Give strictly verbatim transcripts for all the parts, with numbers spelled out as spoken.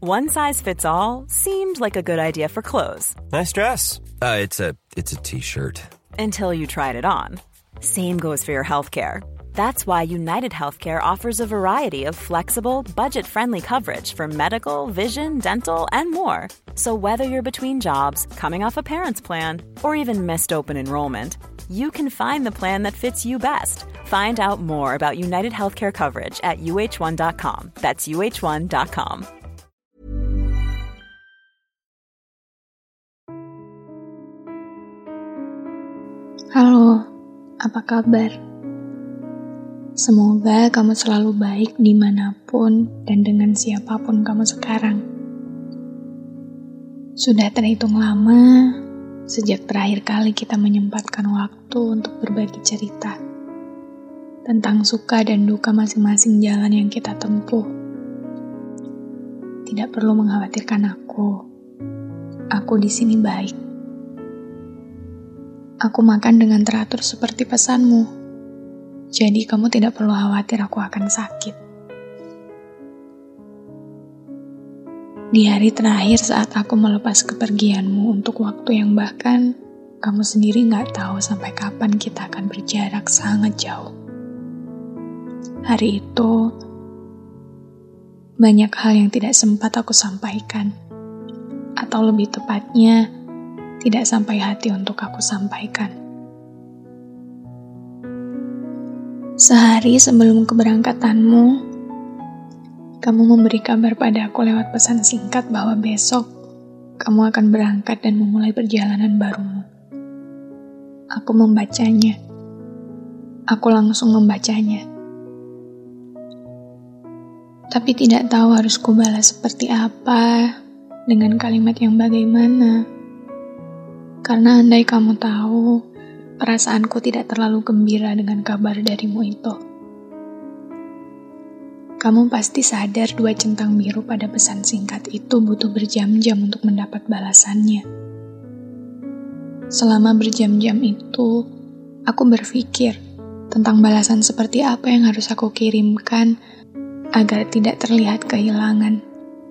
One size fits all seemed like a good idea for clothes. Nice dress. Uh, it's a it's a t-shirt. Until you tried it on. Same goes for your healthcare. That's why United Healthcare offers a variety of flexible, budget-friendly coverage for medical, vision, dental, and more. So whether you're between jobs, coming off a parent's plan, or even missed open enrollment, you can find the plan that fits you best. Find out more about United Healthcare coverage at U H one dot com. That's U H one dot com. Halo, apa kabar? Semoga kamu selalu baik dimanapun dan dengan siapapun kamu sekarang. Sudah terhitung lama sejak terakhir kali kita menyempatkan waktu untuk berbagi cerita tentang suka dan duka masing-masing jalan yang kita tempuh. Tidak perlu mengkhawatirkan aku. Aku di sini baik. Aku makan dengan teratur seperti pesanmu. Jadi kamu tidak perlu khawatir aku akan sakit. Di hari terakhir saat aku melepas kepergianmu untuk waktu yang bahkan kamu sendiri gak tahu sampai kapan kita akan berjarak sangat jauh. Hari itu, banyak hal yang tidak sempat aku sampaikan. Atau lebih tepatnya, tidak sampai hati untuk aku sampaikan. Sehari sebelum keberangkatanmu, kamu memberi kabar pada aku lewat pesan singkat bahwa besok kamu akan berangkat dan memulai perjalanan barumu. Aku membacanya. Aku langsung membacanya. Tapi tidak tahu harus kubalas seperti apa, dengan kalimat yang bagaimana. Karena andai kamu tahu, perasaanku tidak terlalu gembira dengan kabar darimu itu. Kamu pasti sadar dua centang biru pada pesan singkat itu butuh berjam-jam untuk mendapat balasannya. Selama berjam-jam itu, aku berpikir tentang balasan seperti apa yang harus aku kirimkan agar tidak terlihat kehilangan.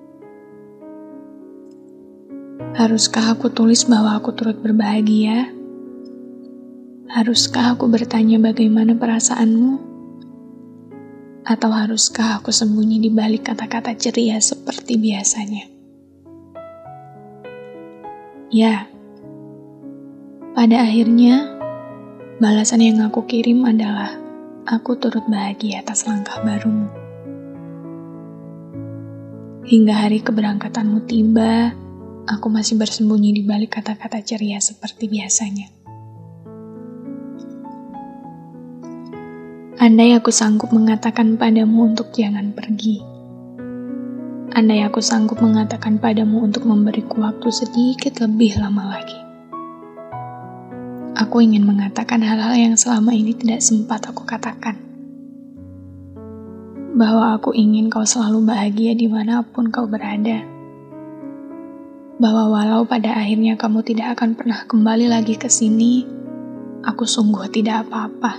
Haruskah aku tulis bahwa aku turut berbahagia? Haruskah aku bertanya bagaimana perasaanmu? Atau haruskah aku sembunyi di balik kata-kata ceria seperti biasanya? Ya, pada akhirnya, balasan yang aku kirim adalah aku turut bahagia atas langkah barumu. Hingga hari keberangkatanmu tiba, aku masih bersembunyi di balik kata-kata ceria seperti biasanya. Andai aku sanggup mengatakan padamu untuk jangan pergi. Andai aku sanggup mengatakan padamu untuk memberiku waktu sedikit lebih lama lagi. Aku ingin mengatakan hal-hal yang selama ini tidak sempat aku katakan. Bahwa aku ingin kau selalu bahagia dimanapun kau berada. Bahwa walau pada akhirnya kamu tidak akan pernah kembali lagi ke sini, aku sungguh tidak apa-apa.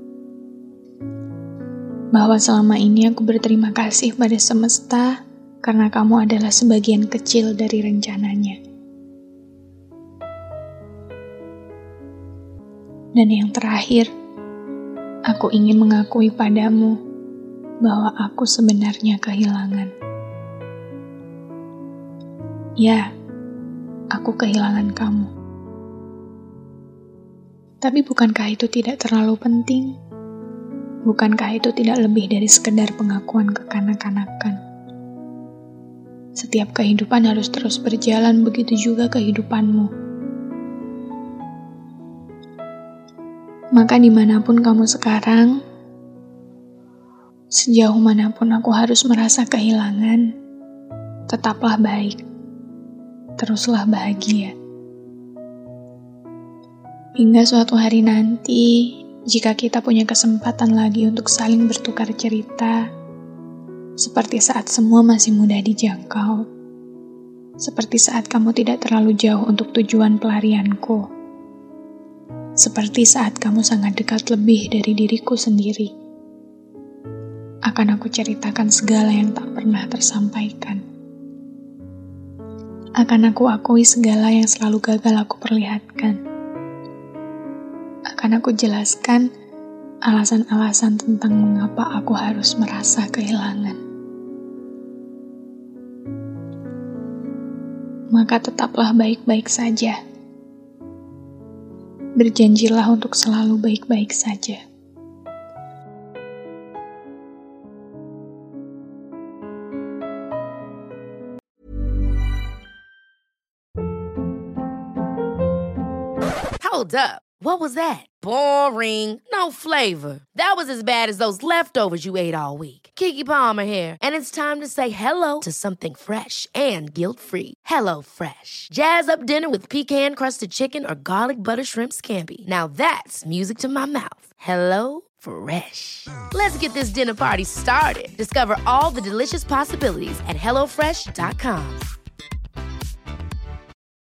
Bahwa selama ini aku berterima kasih pada semesta karena kamu adalah sebagian kecil dari rencananya. Dan yang terakhir, aku ingin mengakui padamu bahwa aku sebenarnya kehilangan. Ya, aku kehilangan kamu. Tapi bukankah itu tidak terlalu penting? Bukankah itu tidak lebih dari sekedar pengakuan kekanak-kanakan? Setiap kehidupan harus terus berjalan, begitu juga kehidupanmu. Maka dimanapun kamu sekarang, sejauh manapun aku harus merasa kehilangan, tetaplah baik. Teruslah bahagia. Hingga suatu hari nanti, jika kita punya kesempatan lagi untuk saling bertukar cerita, seperti saat semua masih mudah dijangkau, seperti saat kamu tidak terlalu jauh untuk tujuan pelarianku, seperti saat kamu sangat dekat lebih dari diriku sendiri, akan aku ceritakan segala yang tak pernah tersampaikan. Akan aku akui segala yang selalu gagal aku perlihatkan. Akan aku jelaskan alasan-alasan tentang mengapa aku harus merasa kehilangan. Maka tetaplah baik-baik saja. Berjanjilah untuk selalu baik-baik saja. Hold up. What was that? Boring. No flavor. That was as bad as those leftovers you ate all week. Keke Palmer here, and it's time to say hello to something fresh and guilt-free. Hello Fresh. Jazz up dinner with pecan-crusted chicken or garlic butter shrimp scampi. Now that's music to my mouth. Hello Fresh. Let's get this dinner party started. Discover all the delicious possibilities at hello fresh dot com.